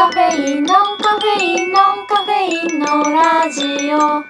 カフェインノンカフェインノンカフェインのラジオ。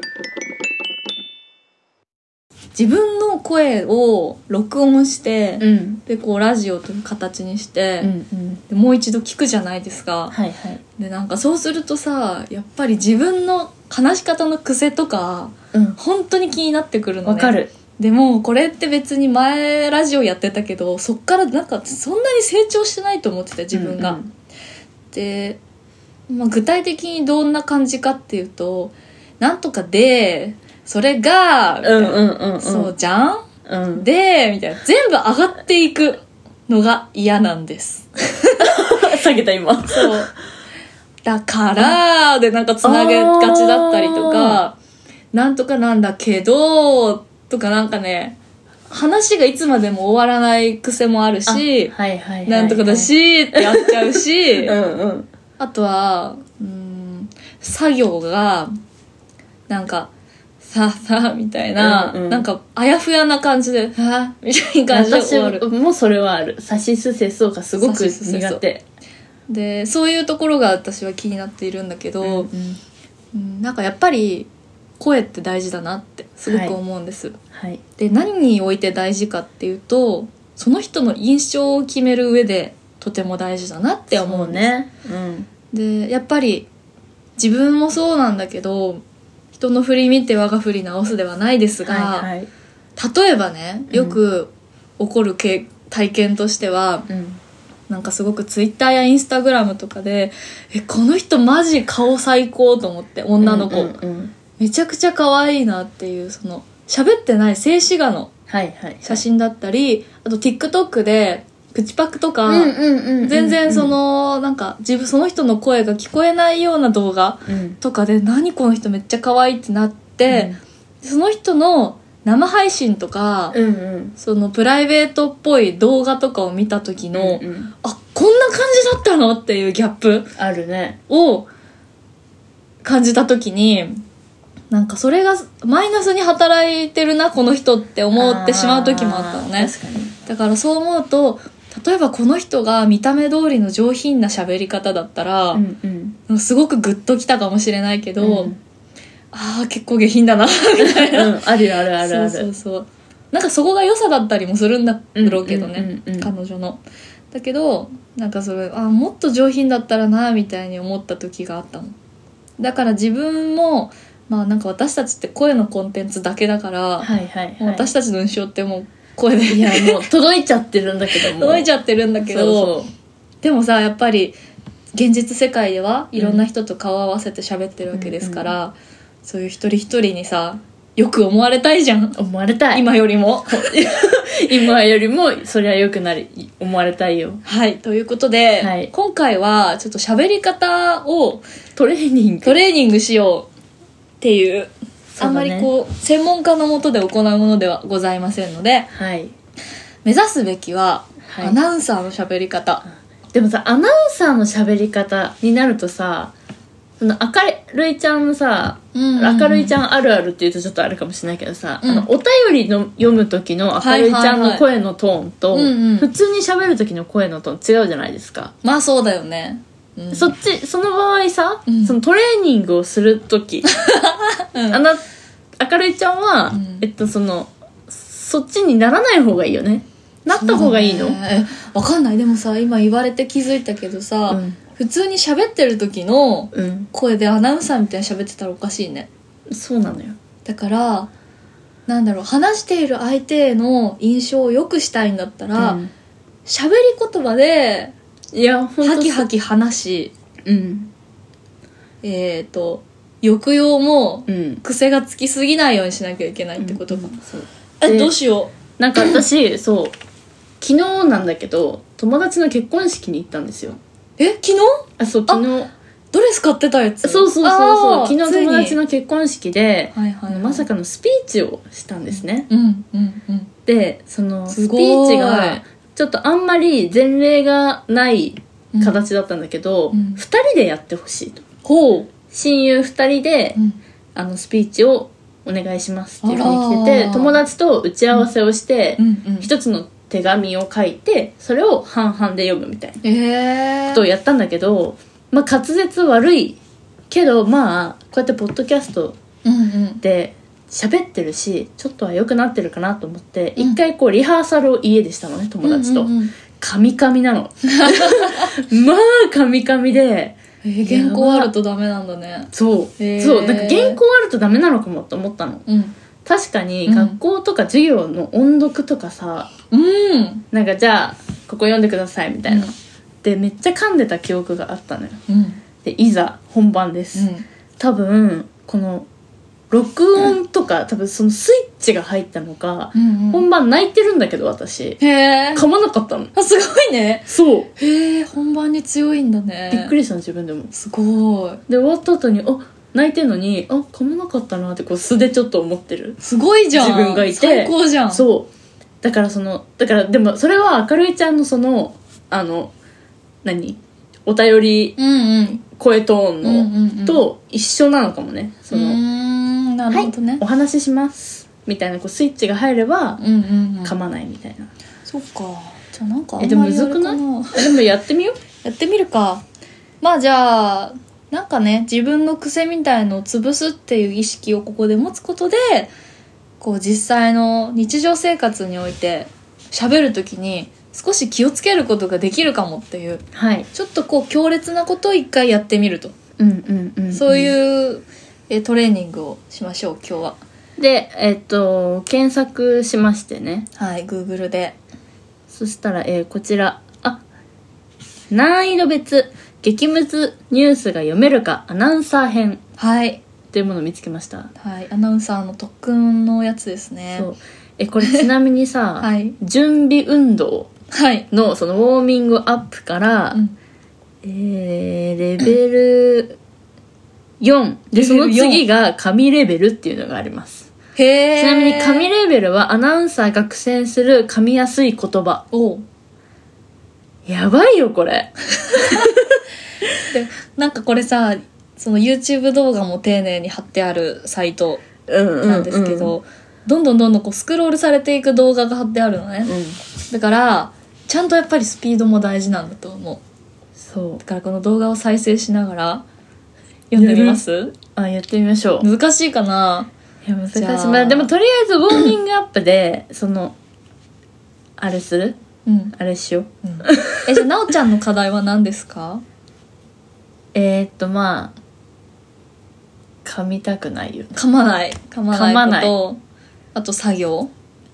自分の声を録音して、でこうラジオという形にして、でもう一度聞くじゃないですか、でなんかそうするとさ、やっぱり自分の話し方の癖とか、本当に気になってくるのね。わかる。でもこれって別に前ラジオやってたけど、そっからなんかそんなに成長してないと思ってた自分が、で、具体的にどんな感じかっていうと、なんとかでそれがそうじゃん、でみたいな、全部上がっていくのが嫌なんです下げた今。 そうだからでなんかつなげがちだったりとか、なんとかなんだけどとか、なんかね、話がいつまでも終わらない癖もあるし、なんとかだしってやっちゃうしあとは作業がなんかさあみたいな、なんかあやふやな感じでみたいな感じで終わる。 私もそれはある。さしすせそうがすごく苦手で、そういうところが私は気になっているんだけど、なんかやっぱり声って大事だなってすごく思うんです、で何において大事かっていうと、その人の印象を決める上でとても大事だなって思うんです。でやっぱり自分もそうなんだけど、人の振り見て我が振り直すではないですが、例えばね、よく起こる体験としては、なんかすごくツイッターやインスタグラムとかで、この人マジ顔最高と思って、女の子、めちゃくちゃ可愛いなっていう、その喋ってない静止画の写真だったり、あと TikTok で口パクとか、全然そのなんかその人の声が聞こえないような動画とかで、何この人めっちゃ可愛いってなって、その人の生配信とか、そのプライベートっぽい動画とかを見た時の、あ、こんな感じだったのっていうギャップあるねを感じた時に、なんかそれがマイナスに働いてるなこの人って思ってしまう時もあったのね。だからそう思うと、例えばこの人が見た目通りの上品な喋り方だったら、すごくグッときたかもしれないけど、ああ結構下品だなみたいな、 あるよ、あるあるある。 そうなんかそこが良さだったりもするんだろうけどね、彼女の。だけどなんかそれ、もっと上品だったらなみたいに思った時があったの。だから自分もなんか私たちって声のコンテンツだけだから、私たちの印象ってもう声で、 いやもう届いちゃってるんだけども届いちゃってるんだけど、でもさ、やっぱり現実世界ではいろんな人と顔を合わせて喋ってるわけですから、そういう一人一人にさ、よく思われたいじゃん。 思われたい。 今よりも今よりもそりゃ良くなり思われたいよ。 はい、ということで、今回はちょっと喋り方をトレーニングしようっていう、あんまりこう専門家のもとで行うものではございませんので、目指すべきはアナウンサーの喋り方。 でもさ、アナウンサーの喋り方になるとさ、その明るいちゃんのさ、明るいちゃんあるあるっていうとちょっとあるかもしれないけどさ、お便りの読む時の明るいちゃんの声のトーンと、普通に喋る時の声のトーン違うじゃないですか。 まあそうだよね。 その場合さ、そのトレーニングをする時、明るいちゃんは、そっちにならない方がいいよね。なった方がいいの？ わかんない。でもさ、今言われて気づいたけどさ、普通に喋ってる時の声でアナウンサーみたいに喋ってたらおかしいね。 そうなのよ。 だからなんだろう、話している相手への印象を良くしたいんだったら、喋り言葉でハキハキ話し、抑揚も癖がつきすぎないようにしなきゃいけないってことか。どうしよう。なんか私昨日なんだけど、友達の結婚式に行ったんですよ。 昨日？ そう、昨日ドレス買ってたやつ。 そう昨日友達の結婚式で、まさかのスピーチをしたんですね。でそのスピーチがちょっとあんまり前例がない形だったんだけど、2人でやってほしいと。親友2人で、スピーチをお願いしますっていう風に来てて、友達と打ち合わせをして、一つの手紙を書いてそれを半々で読むみたいなことをやったんだけど、 まあ滑舌悪いけど、まあこうやってポッドキャストで喋ってるし、ちょっとは良くなってるかなと思って、一回こうリハーサルを家でしたのね、友達と。カミカミなのまあカミカミで、 原稿あるとダメなんだね。 そう、そう、なんか原稿あるとダメなのかもと思ったの。確かに学校とか授業の音読とかさ、なんかじゃあここ読んでくださいみたいな、でめっちゃ噛んでた記憶があったのよ。でいざ本番です、多分この録音とか、多分そのスイッチが入ったのか、本番泣いてるんだけど私噛まなかったの。 すごいね。 そう、 本番に強いんだね。 びっくりしたの自分でも。 すごい。 で終わった後に泣いてんのに噛まなかったなってこう素でちょっと思ってる。 すごいじゃん。 自分がいて最高じゃん。 そうだからでもそれは明るいちゃんのそのお便り声トーンのと一緒なのかもね。そのなるほどね、 はい、お話ししますみたいなこうスイッチが入れば噛まないみたいな。 そっか。じゃあなんかあんまりあれかな。 でもむずくない？でもやってみよう。 やってみるか。まあじゃあなんかね、自分の癖みたいのを潰すっていう意識をここで持つことで、こう実際の日常生活において喋るときに少し気をつけることができるかもっていう、ちょっとこう強烈なことを一回やってみると、そういうトレーニングをしましょう今日は。 で検索しましてね。 はい、 Google で。 そしたら、こちら難易度別激ムズニュースが読めるかアナウンサー編、というものを見つけました。 はい、アナウンサーの特訓のやつですね。 そう、これちなみにさ、準備運動のそのウォーミングアップから、レベル4で、その次が神レベルっていうのがあります。ちなみに神レベルはアナウンサーが苦戦する噛みやすい言葉。やばいよこれでなんかこれさ、その YouTube 動画も丁寧に貼ってあるサイトなんですけど、どんどんこうスクロールされていく動画が貼ってあるのね、だからちゃんとやっぱりスピードも大事なんだと思う。そうだからこの動画を再生しながら読んでみます？ やってみましょう。 難しいかな？ いや難しい。まあでもとりあえずウォーミングアップであれする？あれしよう。 じゃあなおちゃんの課題は何ですか？ まあ噛みたくないよね。 噛まないこと、あと作業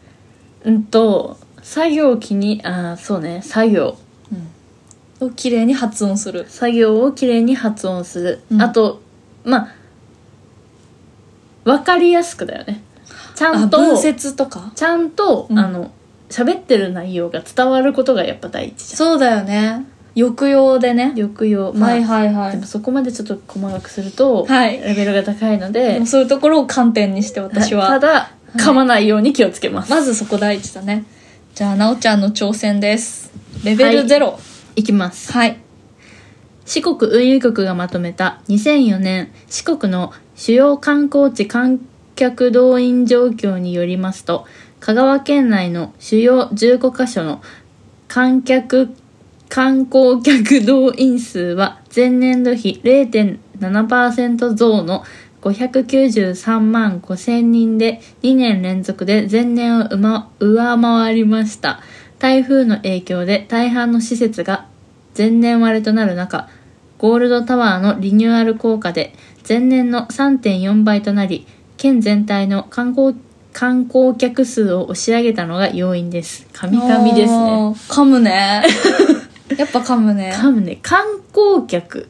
作業そうね、作業をきれいに発音する。 作業をきれいに発音する、あとまあ分かりやすくだよね。ちゃんと文節とかちゃんと、喋ってる内容が伝わることがやっぱ第一じゃん。 そうだよね。抑揚でね。 抑揚、でもそこまでちょっと細かくすると、レベルが高いので、 でもそういうところを観点にして私は、 ただ噛まないように気をつけます。 まずそこ第一だね。じゃあなおちゃんの挑戦です。レベル0、 いきます。四国運輸局がまとめた2004年四国の主要観光地観客動員状況によりますと、香川県内の主要15カ所の観光客動員数は前年度比 0.7% 増の593万5000人で2年連続で前年を上回りました。台風の影響で大半の施設が前年割れとなる中、ゴールドタワーのリニューアル効果で前年の 3.4 倍となり、県全体の観光客数を押し上げたのが要因です。神々ですね。 噛むねやっぱ噛むね。 観光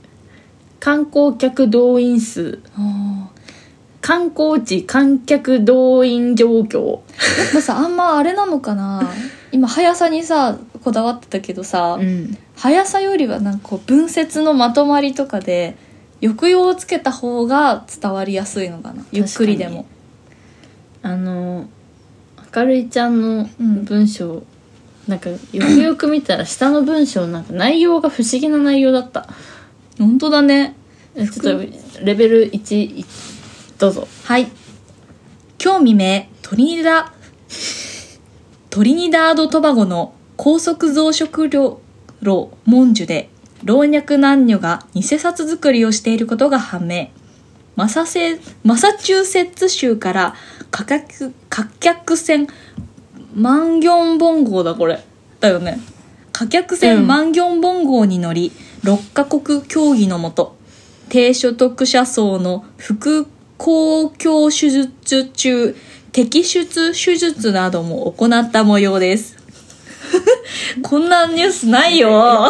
客動員数、観光地観客動員状況。やっぱさ、あんまあれなのかな今速さにさこだわってたけどさ、速さよりはなんかこう文節のまとまりとかで抑揚をつけた方が伝わりやすいのかな。ゆっくりでも。 明るいちゃんの文章、なんかよくよく見たら下の文章なんか内容が不思議な内容だった。 本当だね。 ちょっとレベル1どうぞ。 はい。今日未明トリニダード・トバゴの高速増殖炉モンジュで老若男女が偽札作りをしていることが判明。マサチューセッツ州から貨客船マンギョンボン号だこれだよね。貨客船マンギョンボン号に乗り、6カ国協議のもと低所得者層の副公共手術中摘出手術なども行った模様です。こんなニュースないよ。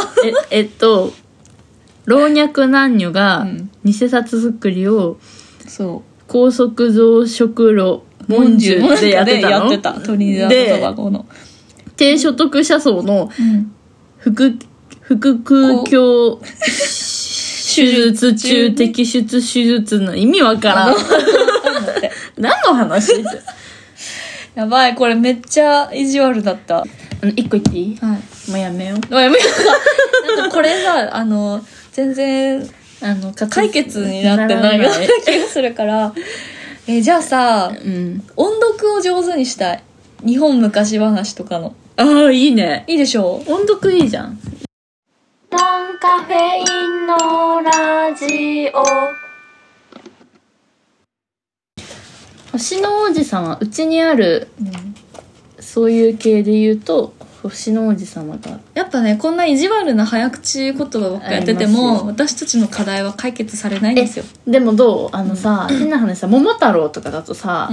老若男女が偽札作りを、高速増殖炉文殊でやってたの。 やってた。トリニダード・トバゴの低所得者層の腹腔鏡手術中摘出手術の意味わからん。何の話？ やばい、これめっちゃ意地悪だった。 一個言っていい？ はい。 もうやめよう。 なんかこれさ、全然解決になってないような気がするから。じゃあさ、音読を上手にしたい。日本昔話とかの。 ああ、いいね。 いいでしょう。 音読いいじゃん。ノンカフェインのラジオ。星の王子様、うちにある、そういう系で言うと星の王子様がやっぱね、こんな意地悪な早口言葉ばっかやってても私たちの課題は解決されないんですよ。 でもどうさ、変な話さ、桃太郎とかだとさ、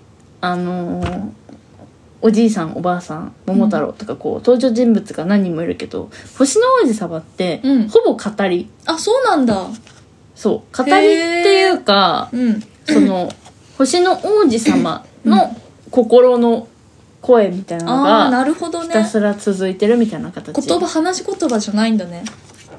おじいさんおばあさん桃太郎とかこう登場人物が何人もいるけど、星の王子様って、ほぼ語り。 あ、そうなんだ。 そう語りっていうか、その星の王子様の心の声みたいなのがなるほどね、 ひたすら続いてるみたいな形。 話し言葉じゃないんだね。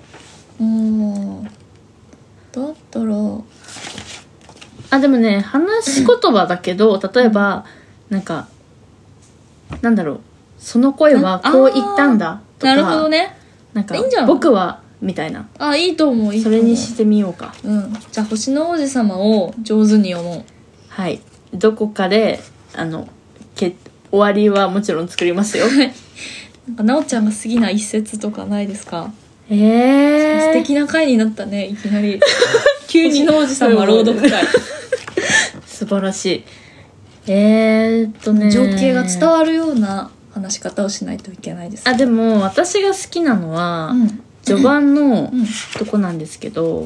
だったらでもね、話し言葉だけど、例えばなんかなんだろう、その声はこう言ったんだとか。 なるほどね。 なんかいいんじゃん。 僕はみたいな。 いいと思う。 それにしてみようか。 じゃあ星の王子様を上手に読もう。 はい。どこかで終わりはもちろん作りますよ。 なんかなおちゃんが好きな一節とかないですか？素敵な回になったね、いきなり。急に星の王子様朗読会。 素晴らしい。 情景が伝わるような話し方をしないといけないです。 でも私が好きなのは、序盤のとこなんですけど、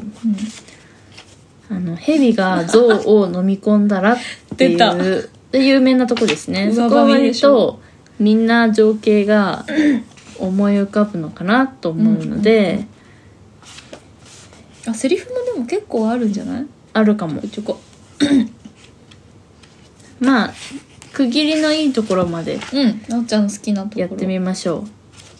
蛇が象を飲み込んだらっていう有名なとこですね。そこは割とみんな情景が思い浮かぶのかなと思うので、 セリフもでも結構あるんじゃない？ あるかも。まあ区切りのいいところまでなおちゃんの好きなところやってみましょう。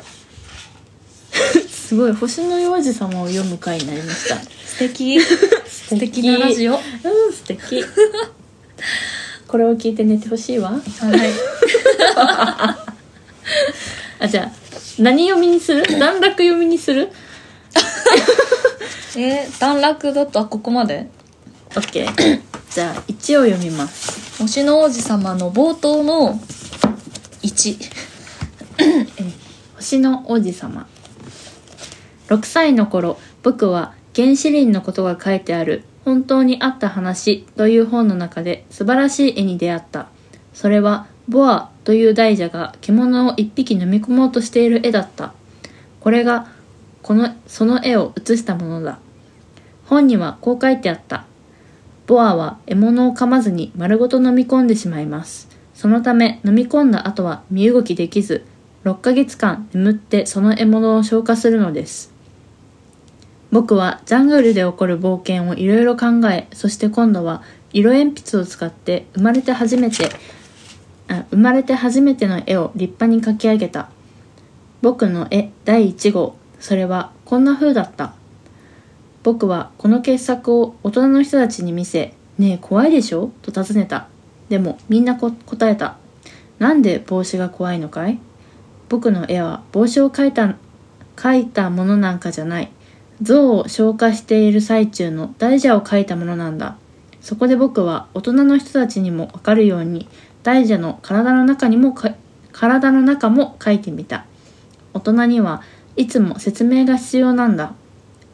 すごい星の王子様を読む回になりました。 素敵素敵なラジオ。 素敵。これを聞いて寝てほしいわ。はい。じゃあ何読みにする？段落読みにする？ 段落だとここまで？ OK。じゃあ1を読みます。 星の王子様の冒頭の1。 星の王子様。6歳の頃、僕は原始林のことが書いてある本当にあった話という本の中で素晴らしい絵に出会った。それはボアという大蛇が獣を1匹飲み込もうとしている絵だった。これがその絵を写したものだ。本にはこう書いてあった。ボアは獲物を噛まずに丸ごと飲み込んでしまいます。そのため飲み込んだ後は身動きできず、6ヶ月間眠ってその獲物を消化するのです。僕はジャングルで起こる冒険をいろいろ考え、そして今度は色鉛筆を使って生まれて初めての絵を立派に描き上げた。僕の絵第1号、それはこんな風だった。僕はこの傑作を大人の人たちに見せ、ねえ怖いでしょと尋ねた。でもみんな答えた。なんで帽子が怖いのかい？僕の絵は帽子を描いたものなんかじゃない。象を消化している最中の大蛇を描いたものなんだ。そこで僕は大人の人たちにもわかるように大蛇の体の中も描いてみた。大人にはいつも説明が必要なんだ。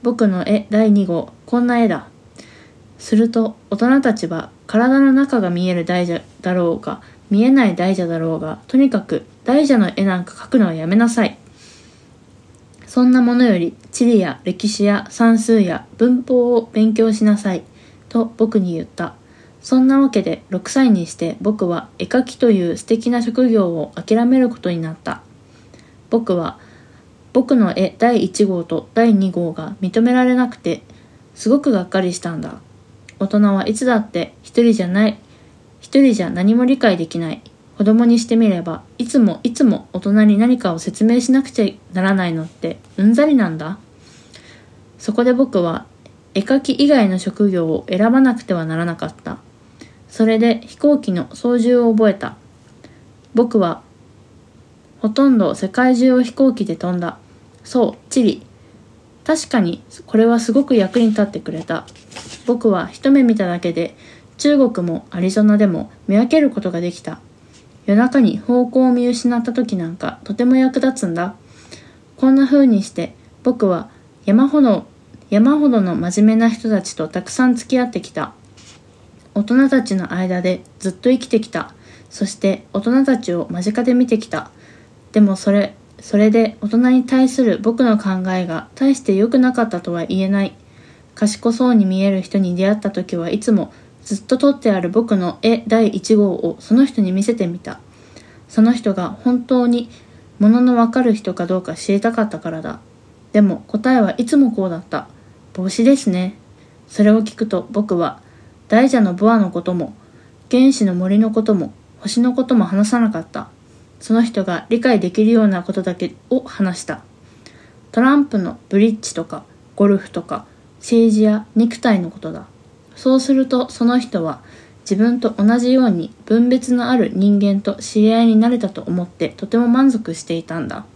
僕の絵第2号、こんな絵だ。すると大人たちは体の中が見える大蛇だろうが見えない大蛇だろうが、とにかく大蛇の絵なんか描くのはやめなさい。そんなものより地理や歴史や算数や文法を勉強しなさいと僕に言った。そんなわけで6歳にして僕は絵描きという素敵な職業を諦めることになった。僕の絵第1号と第2号が認められなくてすごくがっかりしたんだ。大人はいつだって一人じゃ何も理解できない。子供にしてみればいつも大人に何かを説明しなくちゃならないのってうんざりなんだ。そこで僕は絵描き以外の職業を選ばなくてはならなかった。それで飛行機の操縦を覚えた。僕はほとんど世界中を飛行機で飛んだ。そう、地理。確かにこれはすごく役に立ってくれた。僕は一目見ただけで中国もアリゾナでも見分けることができた。夜中に方向を見失った時なんかとても役立つんだ。こんな風にして僕は山ほどの真面目な人たちとたくさん付き合ってきた。大人たちの間でずっと生きてきた。そして大人たちを間近で見てきた。でもそれで大人に対する僕の考えが大して良くなかったとは言えない。賢そうに見える人に出会った時はいつもずっと撮ってある僕の絵第1号をその人に見せてみた。その人が本当にもののわかる人かどうか知りたかったからだ。でも答えはいつもこうだった。帽子ですね。それを聞くと僕は大蛇のボアのことも原始の森のことも星のことも話さなかった。その人が理解できるようなことだけを話した。トランプのブリッジとかゴルフとか政治やネクタイのことだ。そうするとその人は自分と同じように分別のある人間と知り合いになれたと思ってとても満足していたんだ。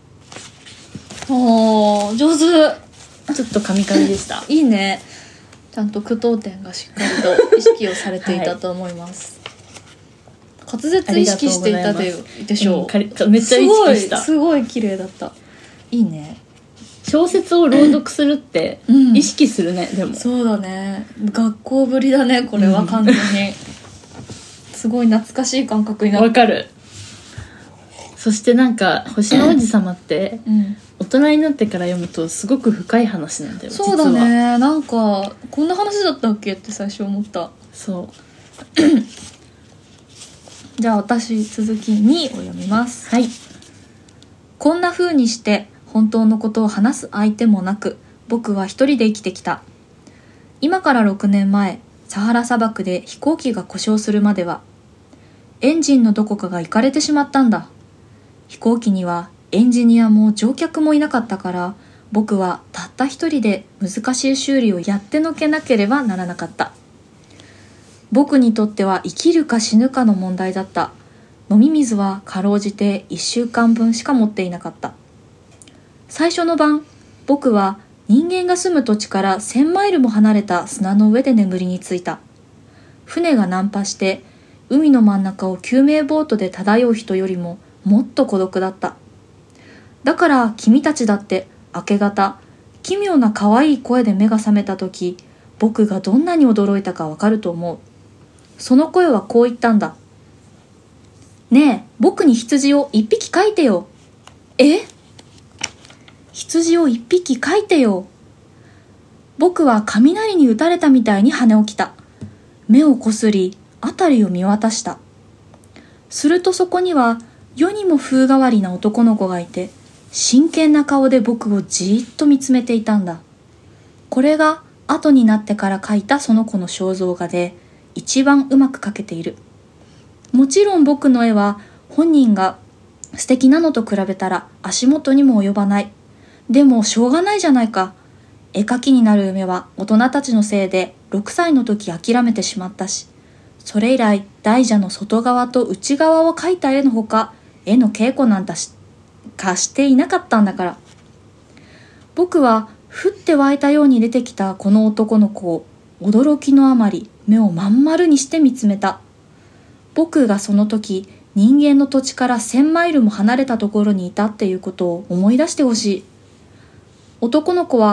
おー、上手。 ちょっとカミカミでしたいいね。ちゃんと句読点がしっかりと意識をされていたと思います、はい、滑舌意識していたでしょう、 めっちゃ意識した。 すごい綺麗だった。いいね。 小説を朗読するって意識するね、でもそうだね。学校ぶりだねこれは完全に、すごい懐かしい感覚になった。 わかる。そしてなんか星の王子様って、大人になってから読むとすごく深い話なんだよ。 そうだね。なんかこんな話だったっけって最初思った。 そうじゃあ私続きにを読みます。 はい。 こんな風にして本当のことを話す相手もなく僕は一人で生きてきた。今から6年前、サハラ砂漠で飛行機が故障するまではエンジンのどこかがイカれてしまったんだ。飛行機にはエンジニアも乗客もいなかったから僕はたった一人で難しい修理をやってのけなければならなかった。僕にとっては生きるか死ぬかの問題だった。飲み水はかろうじて1週間分しか持っていなかった。最初の晩、僕は人間が住む土地から1000マイルも離れた砂の上で眠りについた。船が難破して海の真ん中を救命ボートで漂う人よりももっと孤独だった。だから君たちだって明け方、奇妙な可愛い声で目が覚めたとき、僕がどんなに驚いたかわかると思う。その声はこう言ったんだ。ねえ、僕に羊を1匹描いてよ。え？羊を1匹描いてよ。僕は雷に打たれたみたいに跳ね起きた。目をこすり、辺りを見渡した。するとそこには世にも風変わりな男の子がいて、真剣な顔で僕をじーっと見つめていたんだ。これが後になってから描いたその子の肖像画で、一番うまく描けている。もちろん僕の絵は本人が素敵なのと比べたら足元にも及ばない。でもしょうがないじゃないか。絵描きになる夢は大人たちのせいで6歳の時諦めてしまったし、それ以来大蛇の外側と内側を描いた絵のほか、絵の稽古なんかしていなかったんだから。僕は降って湧いたように出てきたこの男の子を驚きのあまり目をまん丸にして見つめた。僕がその時人間の土地から1000マイルも離れたところにいたっていうことを思い出してほしい。男の子は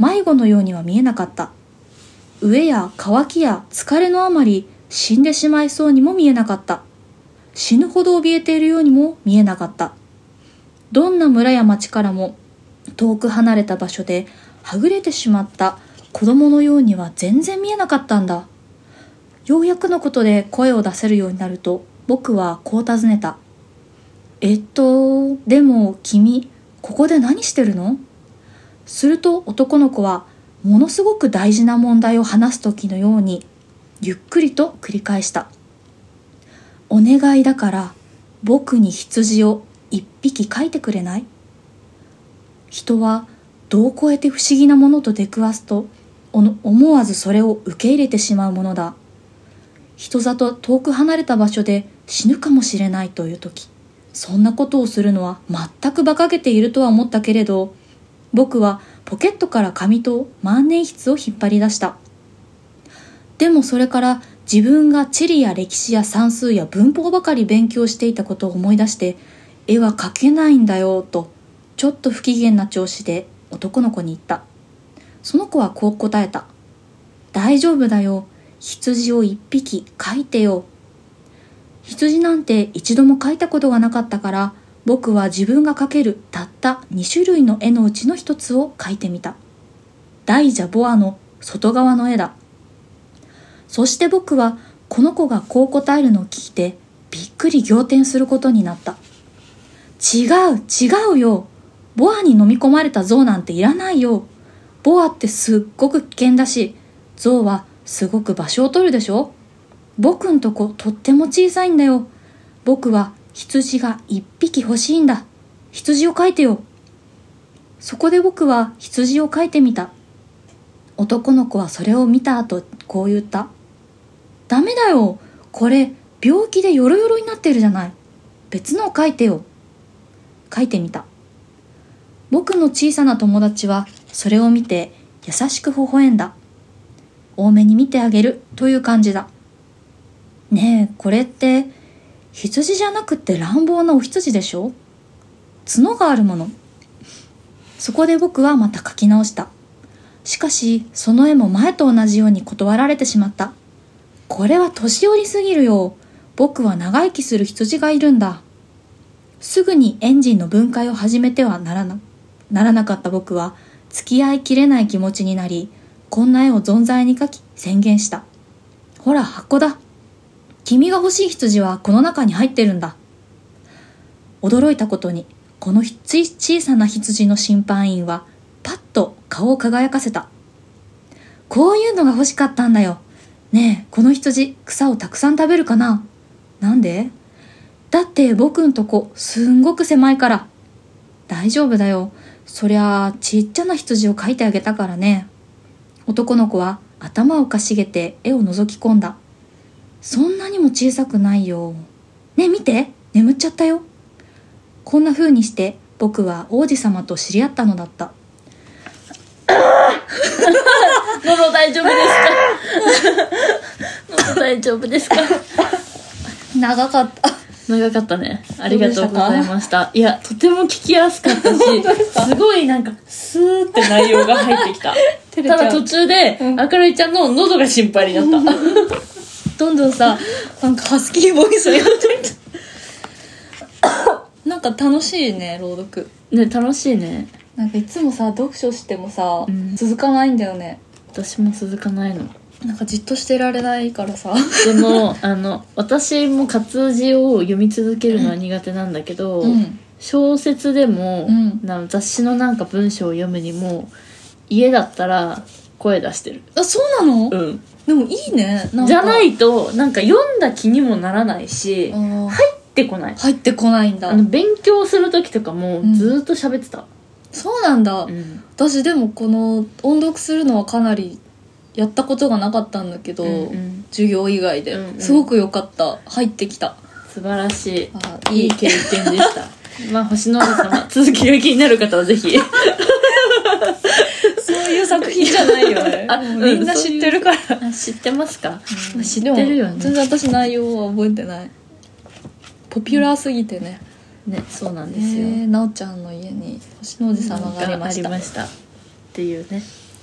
迷子のようには見えなかった。飢えや渇きや疲れのあまり死んでしまいそうにも見えなかった。死ぬほど怯えているようにも見えなかった。どんな村や町からも遠く離れた場所ではぐれてしまった子供のようには全然見えなかったんだ。ようやくのことで声を出せるようになると、僕はこう尋ねた。でも君、ここで何してるの？すると男の子はものすごく大事な問題を話す時のようにゆっくりと繰り返した。お願いだから僕に羊を一匹描いてくれない？人は度を超えて不思議なものと出くわすと思わずそれを受け入れてしまうものだ。人里遠く離れた場所で死ぬかもしれないという時、そんなことをするのは全く馬鹿げているとは思ったけれど、僕はポケットから紙と万年筆を引っ張り出した。でもそれから自分が地理や歴史や算数や文法ばかり勉強していたことを思い出して、絵は描けないんだよとちょっと不機嫌な調子で男の子に言った。その子はこう答えた。大丈夫だよ。羊を一匹描いてよ。羊なんて一度も描いたことがなかったから、僕は自分が描けるたった2種類の絵のうちの一つを描いてみた。大蛇ボアの外側の絵だ。そして僕はこの子がこう答えるのを聞いてびっくり仰天することになった。違うよ。ボアに飲み込まれた象なんていらないよ。ボアってすっごく危険だし、象はすごく場所を取るでしょ。僕んとことっても小さいんだよ。僕は羊が一匹欲しいんだ。羊を描いてよ。そこで僕は羊を描いてみた。男の子はそれを見た後こう言った。ダメだよ。これ病気でヨロヨロになってるじゃない。別のを描いてよ。描いてみた。僕の小さな友達はそれを見て優しく微笑んだ。多めに見てあげるという感じだ。ねえ、これって羊じゃなくて乱暴なお羊でしょ？角があるもの。そこで僕はまた描き直した。しかしその絵も前と同じように断られてしまった。これは年寄りすぎるよ。僕は長生きする羊がいるんだ。すぐにエンジンの分解を始めてはならなかった僕は付き合いきれない気持ちになり、こんな絵を存在に描き宣言した。ほら箱だ。君が欲しい羊はこの中に入ってるんだ。驚いたことにこの小さな羊の審判員はパッと顔を輝かせた。こういうのが欲しかったんだよ。ねえ、この羊草をたくさん食べるかな？なんで？だって僕んとこすんごく狭いから。大丈夫だよ。そりゃあちっちゃな羊を描いてあげたからね。男の子は頭をかしげて絵を覗き込んだ。そんなにも小さくないよ。ねえ見て、眠っちゃったよ。こんな風にして僕は王子様と知り合ったのだった。 喉大丈夫ですか？喉大丈夫ですか？ 長かったね。 ありがとうございました。いや、とても聞きやすかったし、すごいなんかスーって内容が入ってきた。ただ途中で、あかるいちゃんの喉が心配になった。 どんどんさ、なんかハスキーボイスになっていた。なんか楽しいね、朗読。 ね、楽しいね。 なんかいつもさ、読書してもさ、続かないんだよね。 私も続かないの。 なんかじっとしてられないからさ。 でも私も活字を読み続けるのは苦手なんだけど、小説でも、雑誌のなんか文章を読むにも家だったら声出してる。 あ、そうなの？ うん。 でもいいね。 じゃないとなんか読んだ気にもならないし、入ってこない。 入ってこないんだ。 勉強する時とかもずっと喋ってた。 そうなんだ。私でもこの音読するのはかなりやったことがなかったんだけど、授業以外で、すごく良かった。入ってきた。 素晴らしい。いい経験でした。まあ星の王子様続きが気になる方はぜひ。 そういう作品じゃないよね。みんな知ってるから。 知ってますか？知ってるよね。 全然私内容は覚えてない。ポピュラーすぎてね。 ね、そうなんですよ。 なおちゃんの家に星の王子様がありました。 っていうね。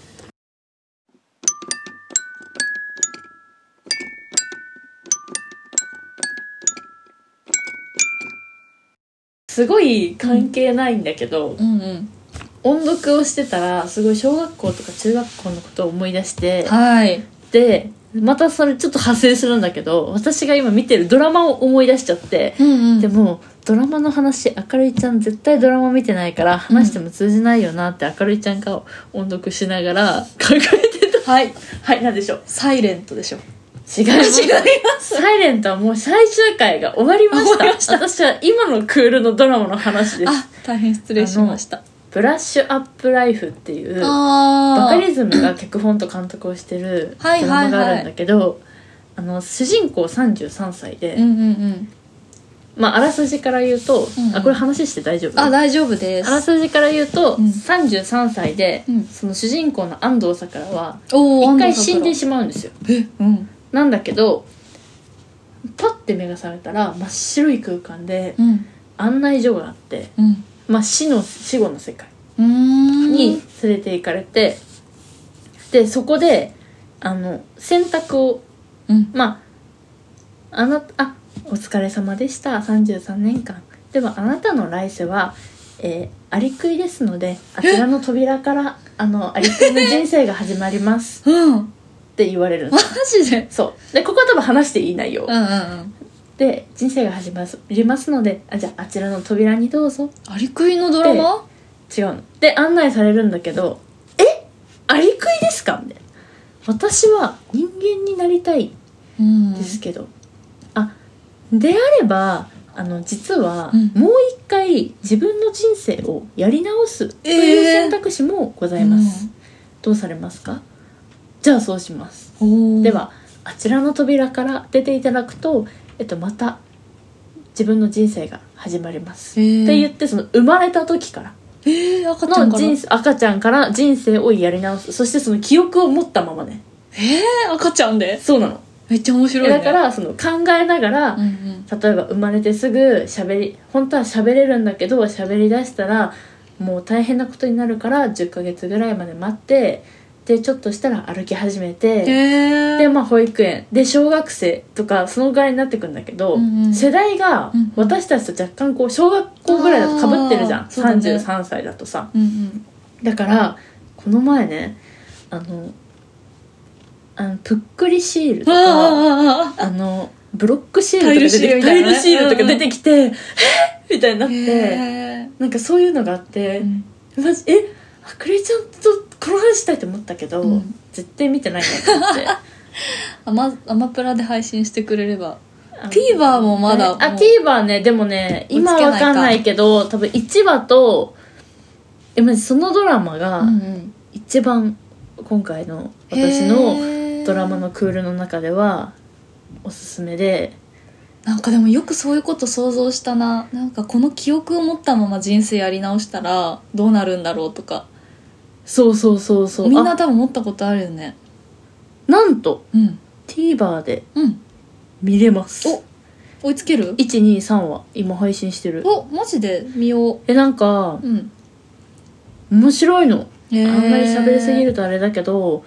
すごい関係ないんだけど、 うんうん、 音読をしてたらすごい小学校とか中学校のことを思い出して、 はい、 でまたそれちょっと派生するんだけど、私が今見てるドラマを思い出しちゃって、 うんうん、 でもドラマの話、あかるいちゃん絶対ドラマ見てないから話しても通じないよなって、あかるいちゃんが音読しながら考えてた。 はいはい、何でしょう。 サイレントでしょ。 違います。サイレントはもう最終回が終わりました。私は今のクールのドラマの話です。 あ、大変失礼しました。 ブラッシュアップライフっていうバカリズムが脚本と監督をしてるドラマがあるんだけど、主人公33歳で、 うんうんうん、 まあ、あらすじから言うと、うんうん、これ話して大丈夫？ あ、大丈夫です。 あらすじから言うと、33歳で、その主人公の安藤サクラは一回死んでしまうんですよ。なんだけどパッて目が覚めたら真っ白い空間で案内所があって、まあ、死後の世界に連れて行かれて、でそこで選択を、まあお疲れ様でした33年間ではあなたの来世は、アリクイですのであちらの扉からアリクイの人生が始まります、って言われるんです。 マジで？ そうでここは多分話していい内容、 うんうんうん、 で人生が始まりますのでじゃああちらの扉にどうぞ。 アリクイのドラマ？ 違うので案内されるんだけど、アリクイですかみたいな。私は人間になりたいですけど、であれば実はもう一回自分の人生をやり直すという選択肢もございます、どうされますか？じゃあそうします。ではあちらの扉から出ていただくと、また自分の人生が始まりますって言って、その生まれた時から赤ちゃんから人生をやり直す。そしてその記憶を持ったままね。 赤ちゃんで？ そうなの。 めっちゃ面白いね。 だからその考えながら、例えば生まれてすぐ本当は喋れるんだけど喋り出したらもう大変なことになるから10ヶ月ぐらいまで待って、でちょっとしたら歩き始めて、でまあ保育園で小学生とかそのぐらいになってくんだけど、世代が私たちと若干こう小学校ぐらいだとかぶってるじゃん、33歳だとさ、だからこの前ねぷっくりシールとかブロックシールとかタイルシールとか出てきてみたいになって、なんかそういうのがあって、マジあくりちゃんと転がしたいと思ったけど、絶対見てないなと思ってアマプラで配信してくれれば。TVer もまだ TVer ね、でもね今わかんないけど多分1話とそのドラマが一番今回の私のドラマのクールの中ではおすすめで、 なんかでもよくそういうこと想像したな。なんかこの記憶を持ったまま人生やり直したらどうなるんだろうとか。 そうみんな多分思ったことあるよね。 なんと、TVer で見れます、 追いつける？ 1,2,3 話今配信してる。 マジで見よう。 なんか、面白いの。あんまり喋りすぎるとあれだけど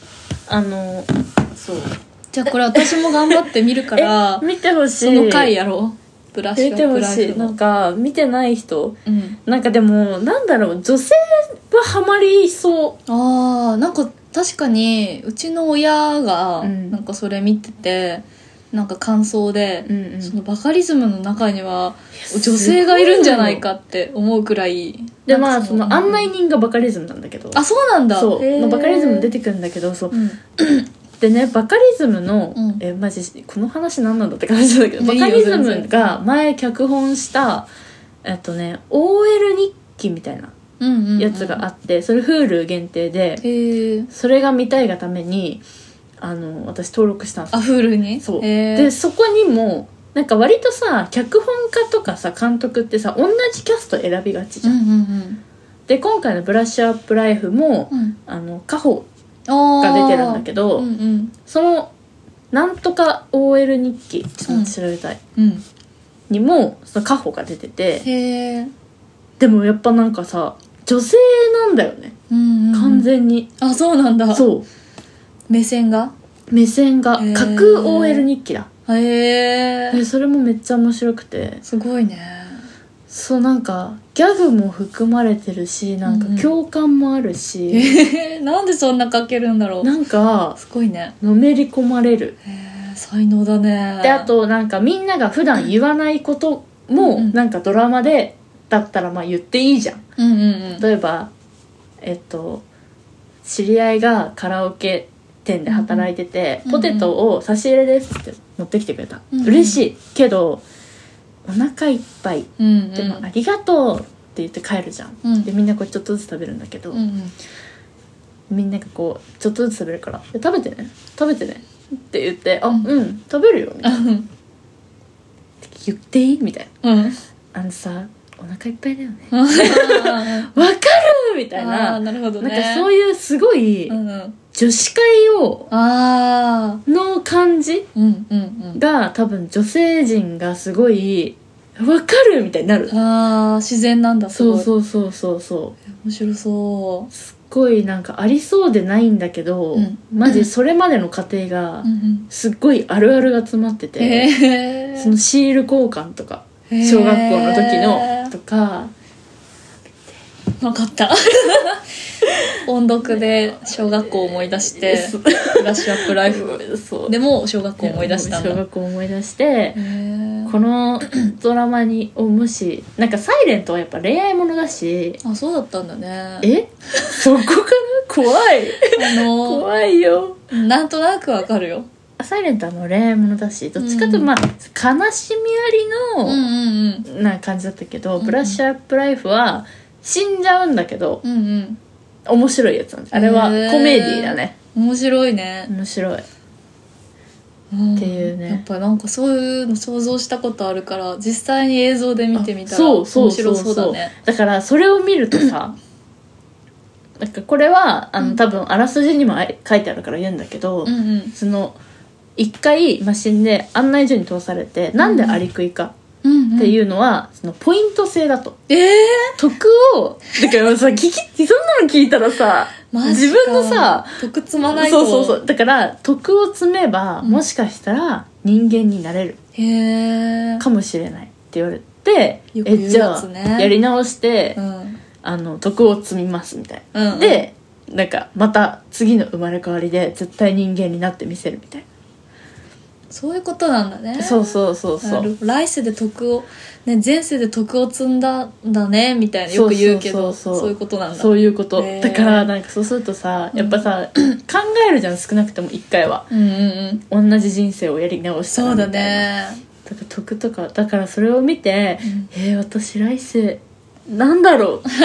そうじゃあこれ私も頑張って見るから見てほしい。 その回やろう。ブラッシュアップライフの。 なんか見てない人、なんかでもなんだろう、女性はハマりそう。 なんか確かにうちの親がなんかそれ見てて、なんか感想で、そのバカリズムの中には女性がいるんじゃないかって思うくらいで、まあその案内人がバカリズムなんだけど、 そうなんだ。 そう、まあ、バカリズム出てくるんだけど、そう、でね、バカリズムの、マジこの話何なんだって感じだけど、バカリズムが前脚本したOL 日記みたいなやつがあって、それ Hulu 限定で、それが見たいがために私登録したんですよ。 Hulu に？ そうでそこにもなんか割とさ、脚本家とかさ監督ってさ同じキャスト選びがちじゃん、で今回のブラッシュアップライフも、カホが出てるんだけど、そのなんとか OL 日記ちょっと調べたい、にもそのカホが出てて、でもやっぱなんかさ女性なんだよね、完全に。 そうなんだ。 そう目線が架空 OL 日記だ。それもめっちゃ面白くて。 すごいね。 そうなんかギャグも含まれてるしなんか共感もあるし、 なんでそんな書けるんだろう。 なんかすごいね、 のめり込まれる。 才能だね。 であとなんかみんなが普段言わないこともなんかドラマでだったらまあ言っていいじゃん、 うんうんうん、 例えば知り合いがカラオケ店で働いてて、ポテトを差し入れですって持ってきてくれた、嬉しいけどお腹いっぱい、でもありがとうって言って帰るじゃん、でみんなこうちょっとずつ食べるんだけど、みんながこうちょっとずつ食べるから「食べてね食べてね」って言って「あうん食べるよ」みたいな言っていいみたいな、あのさお腹いっぱいだよねわかるみたいな、 なるほどね、 なんかそういうすごい女子会をの感じが多分女性陣がすごいわかるみたいになる。 自然なんだ。 そうそうそうそうそう、 面白そう。 すっごいなんかありそうでないんだけど、マジそれまでの過程がすっごいあるあるが詰まってて、そのシール交換とか小学校の時のとか、 分かった音読で小学校を思い出してブラッシュアップライフでも小学校を思い出したんだ。 小学校を思い出してこのドラマにもしなんかサイレントはやっぱ恋愛ものだし。 あ、そうだったんだね。 そこから怖い怖いよ。 なんとなくわかるよ。 サイレントは恋愛ものだし、どっちかというとまあ、悲しみありのな感じだったけど、ブラッシュアップライフは死んじゃうんだけど、面白いやつなんです。あれはコメディだね。 面白いね。 面白い、っていうね。 やっぱなんかそういうの想像したことあるから実際に映像で見てみたら面白そうだね。 だからそれを見るとさなんかこれは多分あらすじにも書いてあるから言うんだけど、その一回死んで案内所に通されて、なんでアリクイかっていうのはそのポイント制だと。徳をだからさそんなの聞いたらさ自分のさ徳積まないと。 そうだから徳を積めば、もしかしたら人間になれるかもしれないって言われて、じゃあやり直して、徳を積みますみたいな、でなんかまた次の生まれ変わりで絶対人間になってみせるみたいな。 そういうことなんだね。 そう来世で徳を、ね、前世で徳を積んだんだねみたいなよく言うけど、そういうことなんだ。 そういうこと、だからなんかそうするとさやっぱさ、考えるじゃん、少なくとも1回は、同じ人生をやり直したらみたいな。そうだね。だから徳とかだからそれを見て、私来世なんだろうって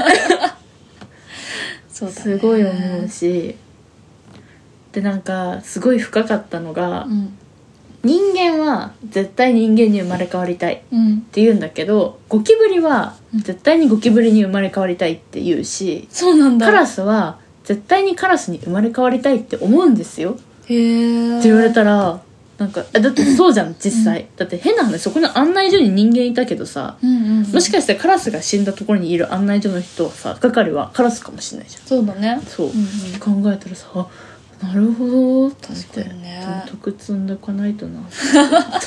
そうだね、すごい思うし、でなんかすごい深かったのが、人間は絶対人間に生まれ変わりたいって言うんだけど、ゴキブリは絶対にゴキブリに生まれ変わりたいって言うし、 そうなんだ。 カラスは絶対にカラスに生まれ変わりたいって思うんですよって言われたら、なんかだってそうじゃん実際、だって変な話、そこの案内所に人間いたけどさ、もしかしたらカラスが死んだところにいる案内所の人はさ、係はカラスかもしれないじゃん。 そうだね。 そう、考えたらさ、なるほどって思って、ね、でも徳積んでおかないとな素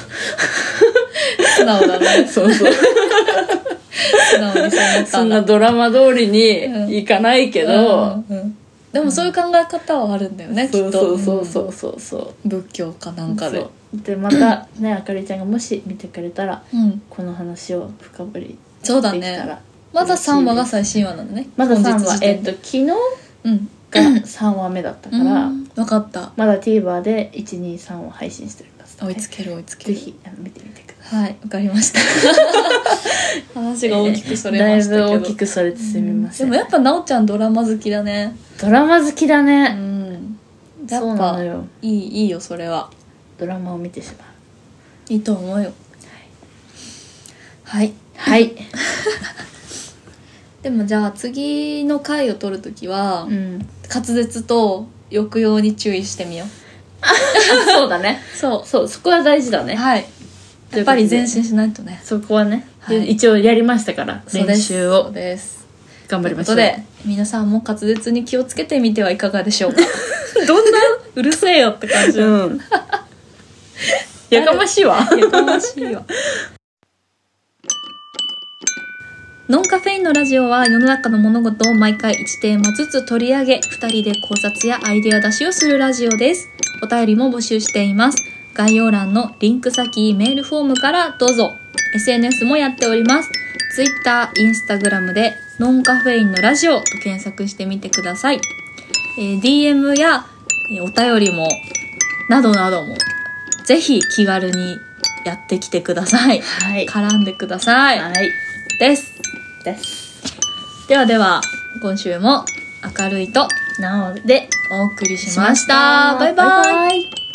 直だね。 そう素直にそう思ったんだ。そんなドラマ通りにいかないけど、 でもそういう考え方はあるんだよね、きっと。 そう仏教かなんかで。 でまたね、あかりちゃんがもし見てくれたら、この話を深掘りできたら。そうだね。 まだ3話が最新話なのね。 まだ3話、昨日、が3話目だったから、 分かった。 まだ TVer で 1,2,3 を配信しております、 追いつけるぜひ見てみてください。 はい、わかりました話が大きくそれましたけど、 だいぶ大きくそれてすみません。 でもやっぱなおちゃんドラマ好きだね。 ドラマ好きだね。 やっぱいいよ、それは。 ドラマを見てしまう。いいと思うよ。はいでもじゃあ次の回を取るときは、滑舌と抑揚に注意してみよう。 そうだね。そこは大事だね。 はい。やっぱり前進しないとね。 そこはね、一応やりましたから練習を。そうです。頑張りましょう。ということで皆さんも滑舌に気をつけてみてはいかがでしょうか。どんなうるせえよって感じ。 やかましいわ。 やかましいわ。 ノンカフェインのラジオは世の中の物事を毎回1テーマずつ取り上げ、2人で考察やアイデア出しをするラジオです。お便りも募集しています。概要欄のリンク先、メールフォームからどうぞ。SNS もやっております。Twitter、Instagram でノンカフェインのラジオと検索してみてください。DM やお便りもなどなどもぜひ気軽にやってきてください。 はい、 絡んでください。 はい、 です。では今週も明るいとなおでお送りしました。バイバイ。